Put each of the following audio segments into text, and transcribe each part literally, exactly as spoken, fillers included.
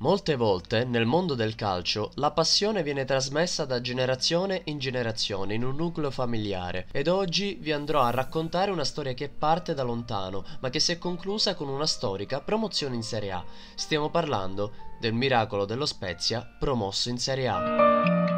Molte volte nel mondo del calcio la passione viene trasmessa da generazione in generazione in un nucleo familiare ed oggi vi andrò a raccontare una storia che parte da lontano ma che si è conclusa con una storica promozione in Serie A. Stiamo parlando del miracolo dello Spezia promosso in Serie A.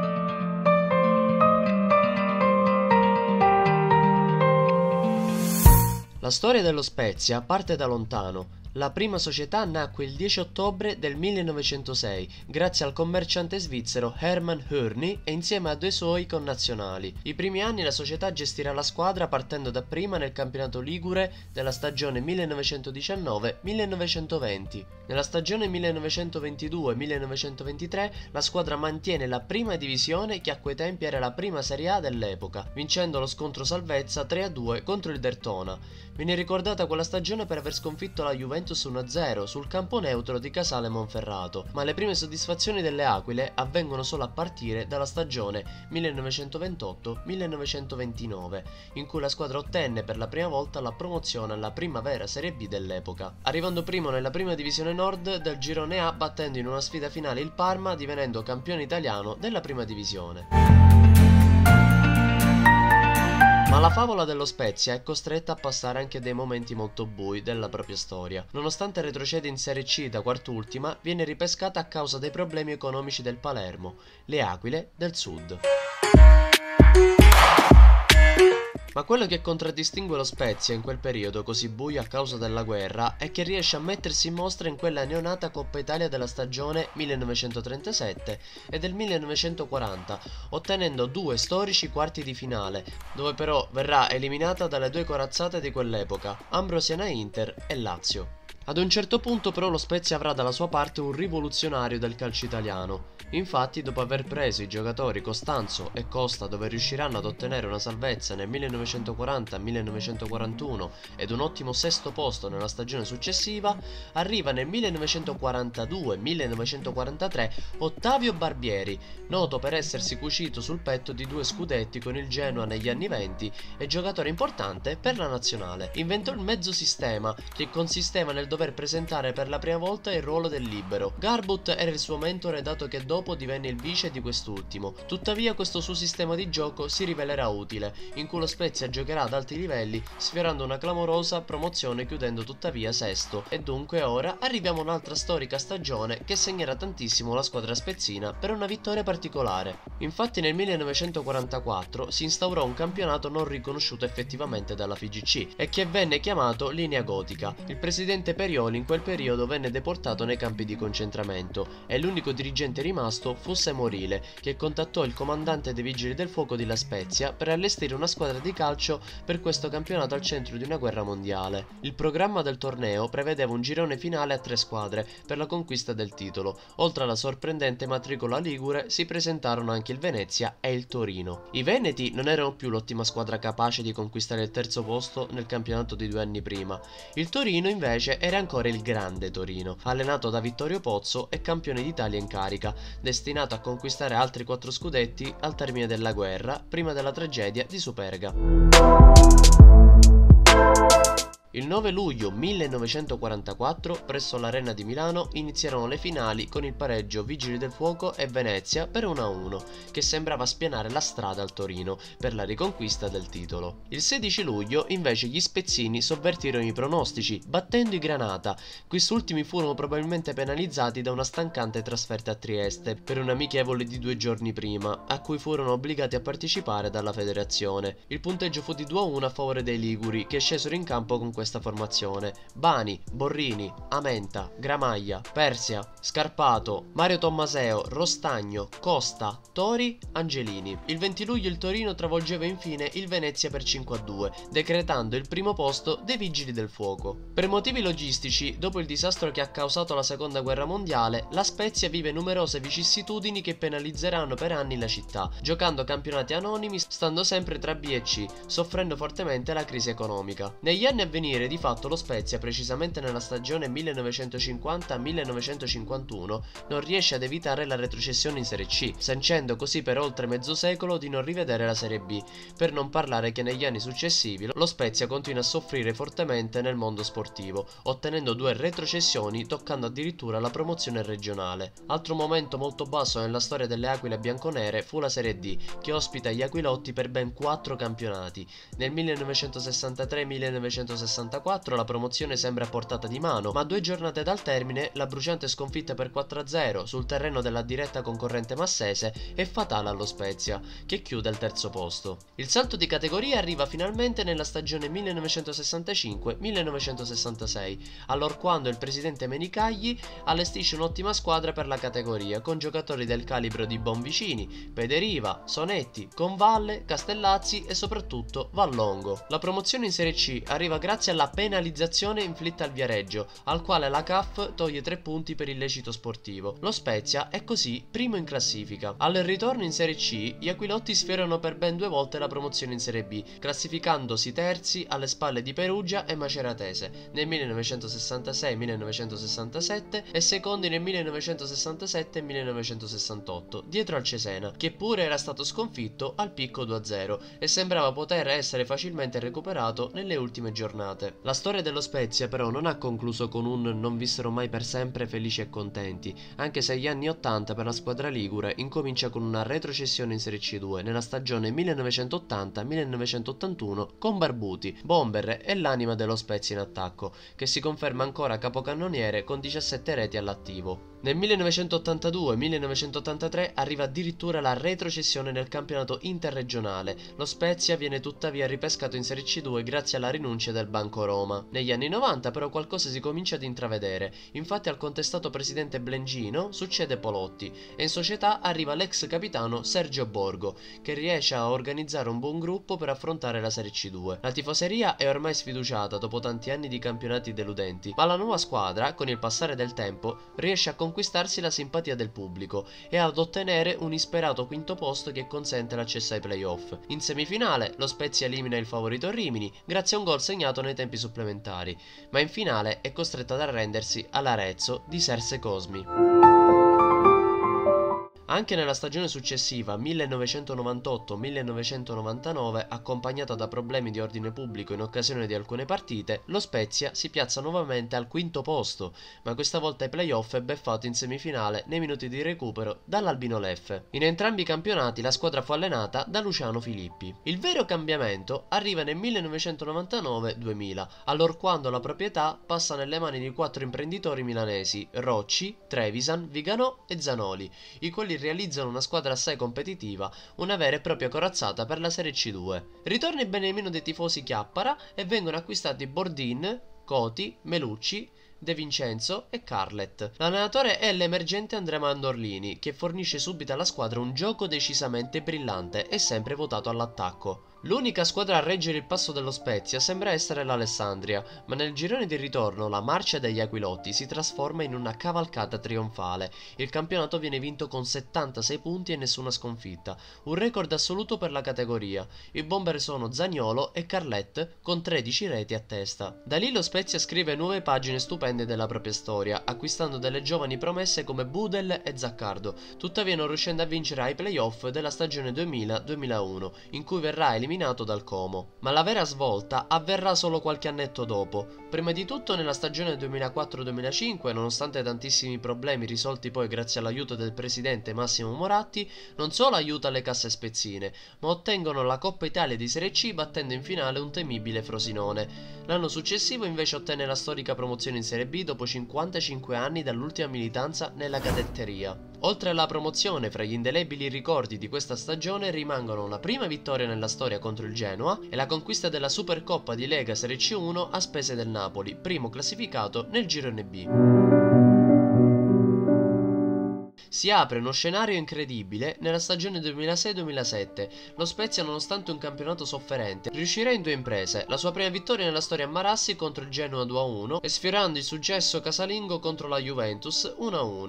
La storia dello Spezia parte da lontano. La prima società nacque il dieci ottobre del millenovecentosei grazie al commerciante svizzero Hermann Hörny e insieme a due suoi connazionali. I primi anni la società gestirà la squadra partendo dapprima nel campionato ligure della stagione millenovecentodiciannove millenovecentoventi. Nella stagione millenovecentoventidue millenovecentoventitré la squadra mantiene la prima divisione che a quei tempi era la prima Serie A dell'epoca, vincendo lo scontro salvezza tre a due contro il Derthona. Viene ricordata quella stagione per aver sconfitto la Juventus uno a zero sul campo neutro di Casale Monferrato, ma le prime soddisfazioni delle Aquile avvengono solo a partire dalla stagione millenovecentoventotto millenovecentoventinove, in cui la squadra ottenne per la prima volta la promozione alla primavera Serie B dell'epoca, arrivando primo nella prima divisione nord del girone A battendo in una sfida finale il Parma, divenendo campione italiano della prima divisione. Ma la favola dello Spezia è costretta a passare anche dei momenti molto bui della propria storia. Nonostante retrocede in Serie C da quart'ultima, viene ripescata a causa dei problemi economici del Palermo, le Aquile del Sud. Ma quello che contraddistingue lo Spezia in quel periodo così buio a causa della guerra è che riesce a mettersi in mostra in quella neonata Coppa Italia della stagione millenovecentotrentasette e del millenovecentoquaranta, ottenendo due storici quarti di finale, dove però verrà eliminata dalle due corazzate di quell'epoca, Ambrosiana Inter e Lazio. Ad un certo punto però lo Spezia avrà dalla sua parte un rivoluzionario del calcio italiano. Infatti, dopo aver preso i giocatori Costanzo e Costa, dove riusciranno ad ottenere una salvezza nel millenovecentoquaranta millenovecentoquarantuno ed un ottimo sesto posto nella stagione successiva, arriva nel millenovecentoquarantadue millenovecentoquarantatré Ottavio Barbieri, noto per essersi cucito sul petto di due scudetti con il Genoa negli anni venti e giocatore importante per la nazionale. Inventò il mezzo sistema, che consisteva nel dover presentare per la prima volta il ruolo del libero. Garbutt era il suo mentore, dato che dopo divenne il vice di quest'ultimo. Tuttavia questo suo sistema di gioco si rivelerà utile, in cui lo Spezia giocherà ad alti livelli, sfiorando una clamorosa promozione, chiudendo tuttavia sesto. E dunque ora arriviamo a un'altra storica stagione che segnerà tantissimo la squadra spezzina per una vittoria particolare. Infatti nel millenovecentoquarantaquattro si instaurò un campionato non riconosciuto effettivamente dalla F I G C e che venne chiamato Linea Gotica. Il presidente Perioli in quel periodo venne deportato nei campi di concentramento e l'unico dirigente rimasto fu Semorile, che contattò il comandante dei Vigili del Fuoco di La Spezia per allestire una squadra di calcio per questo campionato al centro di una guerra mondiale. Il programma del torneo prevedeva un girone finale a tre squadre per la conquista del titolo. Oltre alla sorprendente matricola ligure si presentarono anche il Venezia e il Torino. I veneti non erano più l'ottima squadra capace di conquistare il terzo posto nel campionato di due anni prima. Il Torino invece era ancora il grande Torino, allenato da Vittorio Pozzo e campione d'Italia in carica, destinato a conquistare altri quattro scudetti al termine della guerra, prima della tragedia di Superga. Il nove luglio millenovecentoquarantaquattro, presso l'Arena di Milano, iniziarono le finali con il pareggio Vigili del Fuoco e Venezia per uno a uno, che sembrava spianare la strada al Torino per la riconquista del titolo. Il sedici luglio, invece, gli spezzini sovvertirono i pronostici, battendo i Granata. Quest'ultimi furono probabilmente penalizzati da una stancante trasferta a Trieste per un amichevole di due giorni prima, a cui furono obbligati a partecipare dalla federazione. Il punteggio fu di due a uno a favore dei liguri, che scesero in campo con questa formazione: Bani, Borrini, Amenta, Gramaglia, Persia, Scarpato, Mario Tommaseo, Rostagno, Costa, Tori, Angelini. Il venti luglio il Torino travolgeva infine il Venezia per cinque a due, decretando il primo posto dei Vigili del Fuoco. Per motivi logistici, dopo il disastro che ha causato la seconda guerra mondiale, la Spezia vive numerose vicissitudini che penalizzeranno per anni la città, giocando campionati anonimi, stando sempre tra B e C, soffrendo fortemente la crisi economica. Negli anni a venire finire di fatto lo Spezia, precisamente nella stagione millenovecentocinquanta millenovecentocinquantuno, non riesce ad evitare la retrocessione in Serie C, sancendo così per oltre mezzo secolo di non rivedere la Serie B, per non parlare che negli anni successivi lo Spezia continua a soffrire fortemente nel mondo sportivo, ottenendo due retrocessioni, toccando addirittura la promozione regionale. Altro momento molto basso nella storia delle Aquile bianconere fu la Serie D, che ospita gli Aquilotti per ben quattro campionati. Nel millenovecentosessantatré millenovecentosessantaquattro la promozione sembra a portata di mano, ma due giornate dal termine la bruciante sconfitta per quattro a zero sul terreno della diretta concorrente massese è fatale allo Spezia, che chiude al terzo posto. Il salto di categoria arriva finalmente nella stagione millenovecentosessantacinque millenovecentosessantasei, allorquando il presidente Menicagli allestisce un'ottima squadra per la categoria, con giocatori del calibro di Bonvicini, Pederiva, Sonetti, Convalle, Castellazzi e soprattutto Vallongo. La promozione in Serie C arriva grazie alla penalizzazione inflitta al Viareggio, al quale la C A F toglie tre punti per illecito sportivo. Lo Spezia è così primo in classifica. Al ritorno in Serie C, gli Aquilotti sfiorano per ben due volte la promozione in Serie B, classificandosi terzi alle spalle di Perugia e Maceratese nel millenovecentosessantasei millenovecentosessantasette e secondi nel millenovecentosessantasette e millenovecentosessantotto, dietro al Cesena, che pure era stato sconfitto al picco due a zero e sembrava poter essere facilmente recuperato nelle ultime giornate. La storia dello Spezia però non ha concluso con un non vissero mai per sempre felici e contenti, anche se gli anni ottanta per la squadra ligure incomincia con una retrocessione in Serie C due nella stagione millenovecentottanta millenovecentottantuno con Barbuti, bomber e l'anima dello Spezia in attacco, che si conferma ancora capocannoniere con diciassette reti all'attivo. Nel millenovecentottantadue millenovecentottantatré arriva addirittura la retrocessione nel campionato interregionale. Lo Spezia viene tuttavia ripescato in Serie C due grazie alla rinuncia del Banco Roma. Negli anni novanta però qualcosa si comincia ad intravedere, infatti al contestato presidente Blengino succede Polotti e in società arriva l'ex capitano Sergio Borgo, che riesce a organizzare un buon gruppo per affrontare la Serie C due. La tifoseria è ormai sfiduciata dopo tanti anni di campionati deludenti, ma la nuova squadra, con il passare del tempo, riesce a conquistarsi la simpatia del pubblico e ad ottenere un isperato quinto posto che consente l'accesso ai playoff. In semifinale lo Spezia elimina il favorito Rimini grazie a un gol segnato nei tempi supplementari, ma in finale è costretto ad arrendersi all'Arezzo di Serse Cosmi. Anche nella stagione successiva, millenovecentonovantotto millenovecentonovantanove, accompagnata da problemi di ordine pubblico in occasione di alcune partite, lo Spezia si piazza nuovamente al quinto posto, ma questa volta ai playoff è beffato in semifinale nei minuti di recupero dall'Albino Leffe. In entrambi i campionati la squadra fu allenata da Luciano Filippi. Il vero cambiamento arriva nel millenovecentonovantanove duemila, allorquando la proprietà passa nelle mani di quattro imprenditori milanesi, Rocci, Trevisan, Viganò e Zanoli, i quali realizzano una squadra assai competitiva, una vera e propria corazzata per la Serie C due. Ritorna il beniamino dei tifosi Chiappara e vengono acquistati Bordin, Coti, Melucci, De Vincenzo e Carlet. L'allenatore è l'emergente Andrea Mandorlini, che fornisce subito alla squadra un gioco decisamente brillante e sempre votato all'attacco. L'unica squadra a reggere il passo dello Spezia sembra essere l'Alessandria, ma nel girone di ritorno la marcia degli Aquilotti si trasforma in una cavalcata trionfale. Il campionato viene vinto con settantasei punti e nessuna sconfitta, un record assoluto per la categoria. I bomber sono Zaniolo e Carlet con tredici reti a testa. Da lì lo Spezia scrive nuove pagine stupende della propria storia, acquistando delle giovani promesse come Budel e Zaccardo, tuttavia non riuscendo a vincere ai playoff della stagione duemila duemilauno, in cui verrà eliminato dal Como. Ma la vera svolta avverrà solo qualche annetto dopo. Prima di tutto nella stagione duemilaquattro duemilacinque, nonostante tantissimi problemi risolti poi grazie all'aiuto del presidente Massimo Moratti, non solo aiuta le casse spezzine, ma ottengono la Coppa Italia di Serie C battendo in finale un temibile Frosinone. L'anno successivo invece ottenne la storica promozione in Serie B dopo cinquantacinque anni dall'ultima militanza nella cadetteria. Oltre alla promozione, fra gli indelebili ricordi di questa stagione rimangono una prima vittoria nella storia contro il Genoa e la conquista della Supercoppa di Lega Serie C uno a spese del Napoli, primo classificato nel girone B. Si apre uno scenario incredibile nella stagione duemilasei duemilasette. Lo Spezia, nonostante un campionato sofferente, riuscirà in due imprese: la sua prima vittoria nella storia a Marassi contro il Genoa due a uno e sfiorando il successo casalingo contro la Juventus uno a uno.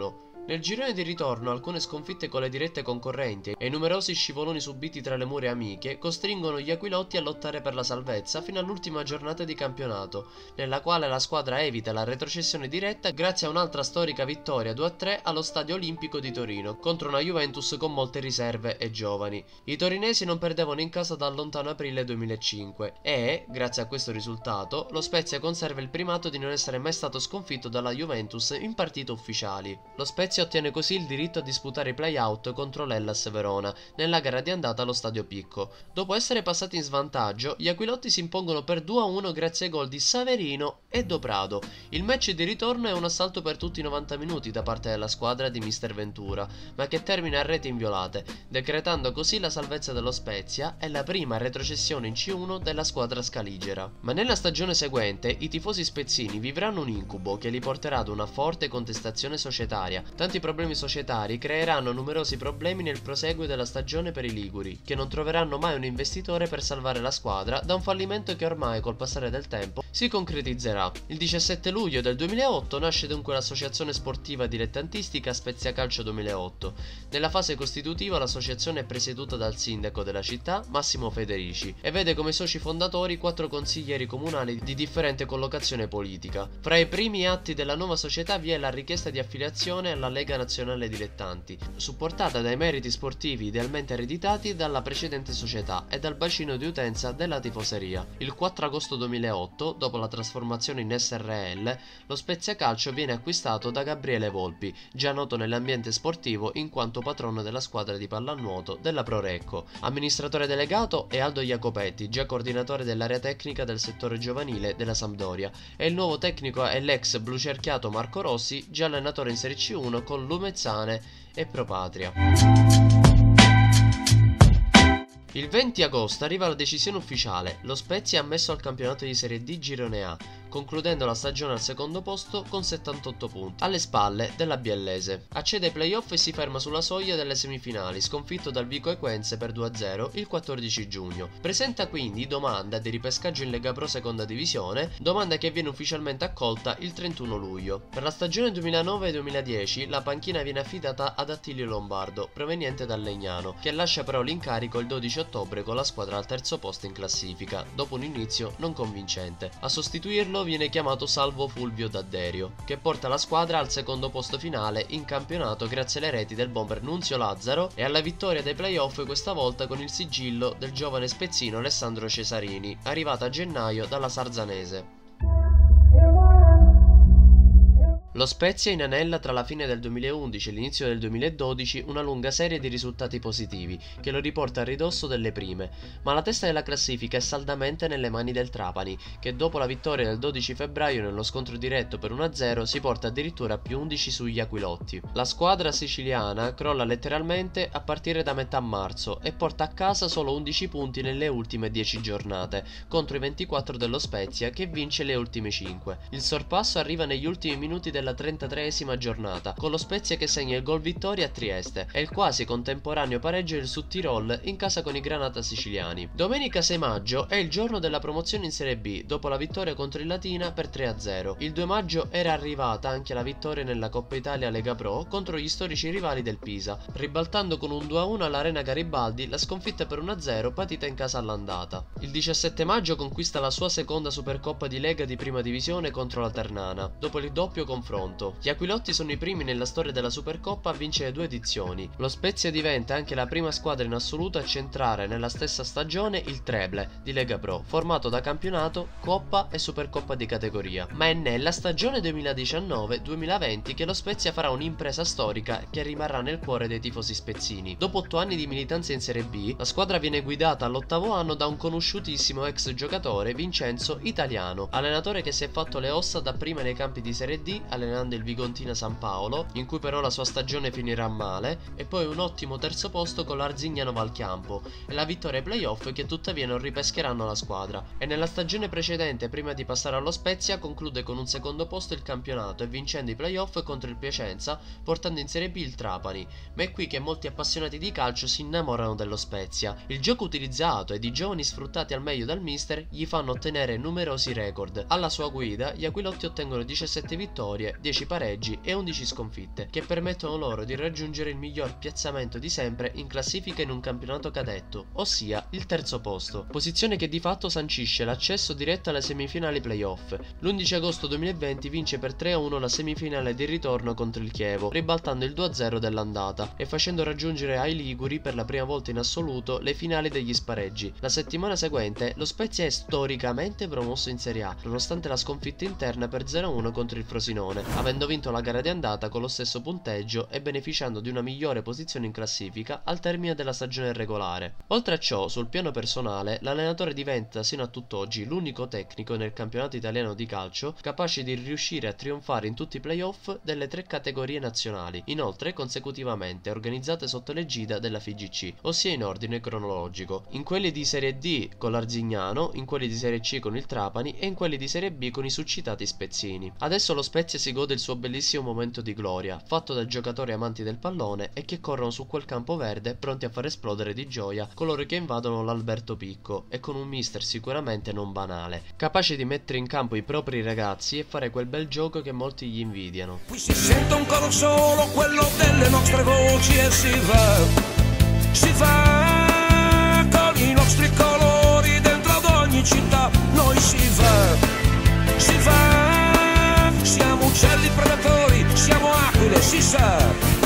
Nel girone di ritorno alcune sconfitte con le dirette concorrenti e i numerosi scivoloni subiti tra le mura amiche costringono gli aquilotti a lottare per la salvezza fino all'ultima giornata di campionato, nella quale la squadra evita la retrocessione diretta grazie a un'altra storica vittoria due a tre allo Stadio Olimpico di Torino contro una Juventus con molte riserve e giovani. I torinesi non perdevano in casa dal lontano aprile duemilacinque e, grazie a questo risultato, lo Spezia conserva il primato di non essere mai stato sconfitto dalla Juventus in partite ufficiali. Lo Spezia ottiene così il diritto a disputare i play-out contro l'Hellas Verona nella gara di andata allo Stadio Picco. Dopo essere passati in svantaggio, gli aquilotti si impongono per due a uno grazie ai gol di Saverino e Doprado. Il match di ritorno è un assalto per tutti i novanta minuti da parte della squadra di mister Ventura, ma che termina a reti inviolate, decretando così la salvezza dello Spezia e la prima retrocessione in C uno della squadra scaligera. Ma nella stagione seguente i tifosi spezzini vivranno un incubo che li porterà ad una forte contestazione societaria. Tanti problemi societari creeranno numerosi problemi nel proseguo della stagione per i liguri, che non troveranno mai un investitore per salvare la squadra da un fallimento che ormai col passare del tempo si concretizzerà. Il diciassette luglio del duemilaotto nasce dunque l'associazione sportiva dilettantistica Spezia Calcio duemilaotto. Nella fase costitutiva l'associazione è presieduta dal sindaco della città, Massimo Federici, e vede come soci fondatori quattro consiglieri comunali di differente collocazione politica. Fra i primi atti della nuova società vi è la richiesta di affiliazione alla Lega Nazionale Dilettanti, supportata dai meriti sportivi idealmente ereditati dalla precedente società e dal bacino di utenza della tifoseria. Il quattro agosto duemilaotto, dopo la trasformazione in S R L, lo Spezia Calcio viene acquistato da Gabriele Volpi, già noto nell'ambiente sportivo in quanto patrono della squadra di pallanuoto della Prorecco. Amministratore delegato è Aldo Jacopetti, già coordinatore dell'area tecnica del settore giovanile della Sampdoria, e il nuovo tecnico è l'ex blucerchiato Marco Rossi, già allenatore in Serie C uno con Lumezzane e Propatria. Il venti agosto arriva la decisione ufficiale, lo Spezia è ammesso al campionato di Serie D Girone A, concludendo la stagione al secondo posto con settantotto punti, alle spalle della Biellese. Accede ai playoff e si ferma sulla soglia delle semifinali, sconfitto dal Vico Equense per due a zero il quattordici giugno. Presenta quindi domanda di ripescaggio in Lega Pro Seconda Divisione, domanda che viene ufficialmente accolta il trentuno luglio. Per la stagione duemilanove duemiladieci la panchina viene affidata ad Attilio Lombardo, proveniente dal Legnano, che lascia però l'incarico il dodici ottobre con la squadra al terzo posto in classifica, dopo un inizio non convincente. A sostituirlo viene chiamato Salvo Fulvio D'Adderio, che porta la squadra al secondo posto finale in campionato grazie alle reti del bomber Nunzio Lazzaro e alla vittoria dei playoff, questa volta con il sigillo del giovane spezzino Alessandro Cesarini, arrivato a gennaio dalla Sarzanese. Lo Spezia inanella tra la fine del duemilaundici e l'inizio del duemiladodici una lunga serie di risultati positivi che lo riporta a ridosso delle prime, ma la testa della classifica è saldamente nelle mani del Trapani, che dopo la vittoria del dodici febbraio nello scontro diretto per uno a zero si porta addirittura a più undici sugli aquilotti. La squadra siciliana crolla letteralmente a partire da metà marzo e porta a casa solo undici punti nelle ultime dieci giornate, contro i ventiquattro dello Spezia che vince le ultime cinque. Il sorpasso arriva negli ultimi minuti della trentatreesima giornata, con lo Spezia che segna il gol vittoria a Trieste e il quasi contemporaneo pareggio del Sud Tirol in casa con i Granata siciliani. Domenica sei maggio è il giorno della promozione in Serie B, dopo la vittoria contro il Latina per tre a zero. Il due maggio era arrivata anche la vittoria nella Coppa Italia Lega Pro contro gli storici rivali del Pisa, ribaltando con un due a uno all'Arena Garibaldi la sconfitta per uno a zero patita in casa all'andata. Il diciassette maggio conquista la sua seconda Supercoppa di Lega di prima divisione contro la Ternana, dopo il doppio confronto. Gli aquilotti sono i primi nella storia della Supercoppa a vincere due edizioni. Lo Spezia diventa anche la prima squadra in assoluto a centrare nella stessa stagione il treble di Lega Pro, formato da campionato, Coppa e Supercoppa di categoria. Ma è nella stagione duemiladiciannove duemilaventi che lo Spezia farà un'impresa storica che rimarrà nel cuore dei tifosi spezzini. Dopo otto anni di militanza in Serie B, la squadra viene guidata all'ottavo anno da un conosciutissimo ex giocatore, Vincenzo Italiano, allenatore che si è fatto le ossa dapprima nei campi di Serie D allenando il Vigontina San Paolo, in cui però la sua stagione finirà male, e poi un ottimo terzo posto con l'Arzignano Valchiampo e la vittoria ai playoff che tuttavia non ripescheranno la squadra. E nella stagione precedente, prima di passare allo Spezia, conclude con un secondo posto il campionato e vincendo i playoff contro il Piacenza, portando in Serie B il Trapani. Ma è qui che molti appassionati di calcio si innamorano dello Spezia. Il gioco utilizzato ed i giovani sfruttati al meglio dal mister gli fanno ottenere numerosi record. Alla sua guida gli aquilotti ottengono diciassette vittorie vittorie, dieci pareggi e undici sconfitte, che permettono loro di raggiungere il miglior piazzamento di sempre in classifica in un campionato cadetto, ossia il terzo posto, posizione che di fatto sancisce l'accesso diretto alle semifinali playoff. L'undici agosto duemilaventi vince per tre a uno la semifinale di ritorno contro il Chievo, ribaltando il due a zero dell'andata e facendo raggiungere ai liguri per la prima volta in assoluto le finali degli spareggi. La settimana seguente lo Spezia è storicamente promosso in Serie A, nonostante la sconfitta interna per zero a uno contro il Frosinone, avendo vinto la gara di andata con lo stesso punteggio e beneficiando di una migliore posizione in classifica al termine della stagione regolare. Oltre a ciò, sul piano personale, l'allenatore diventa sino a tutt'oggi l'unico tecnico nel campionato italiano di calcio capace di riuscire a trionfare in tutti i playoff delle tre categorie nazionali, inoltre consecutivamente organizzate sotto l'egida della F I G C, ossia in ordine cronologico, in quelli di Serie D con l'Arzignano, in quelli di Serie C con il Trapani e in quelli di Serie B con i succitati Spezzini. Adesso lo Spezia si gode il suo bellissimo momento di gloria, fatto da giocatori amanti del pallone e che corrono su quel campo verde pronti a far esplodere di gioia coloro che invadono l'Alberto Picco, e con un mister sicuramente non banale, capace di mettere in campo i propri ragazzi e fare quel bel gioco che molti gli invidiano. Qui si sente ancora solo quello delle nostre voci e si va, si va con i nostri colori dentro ad ogni città, noi si va, si va, siamo uccelli predatori, siamo aquile, si sa.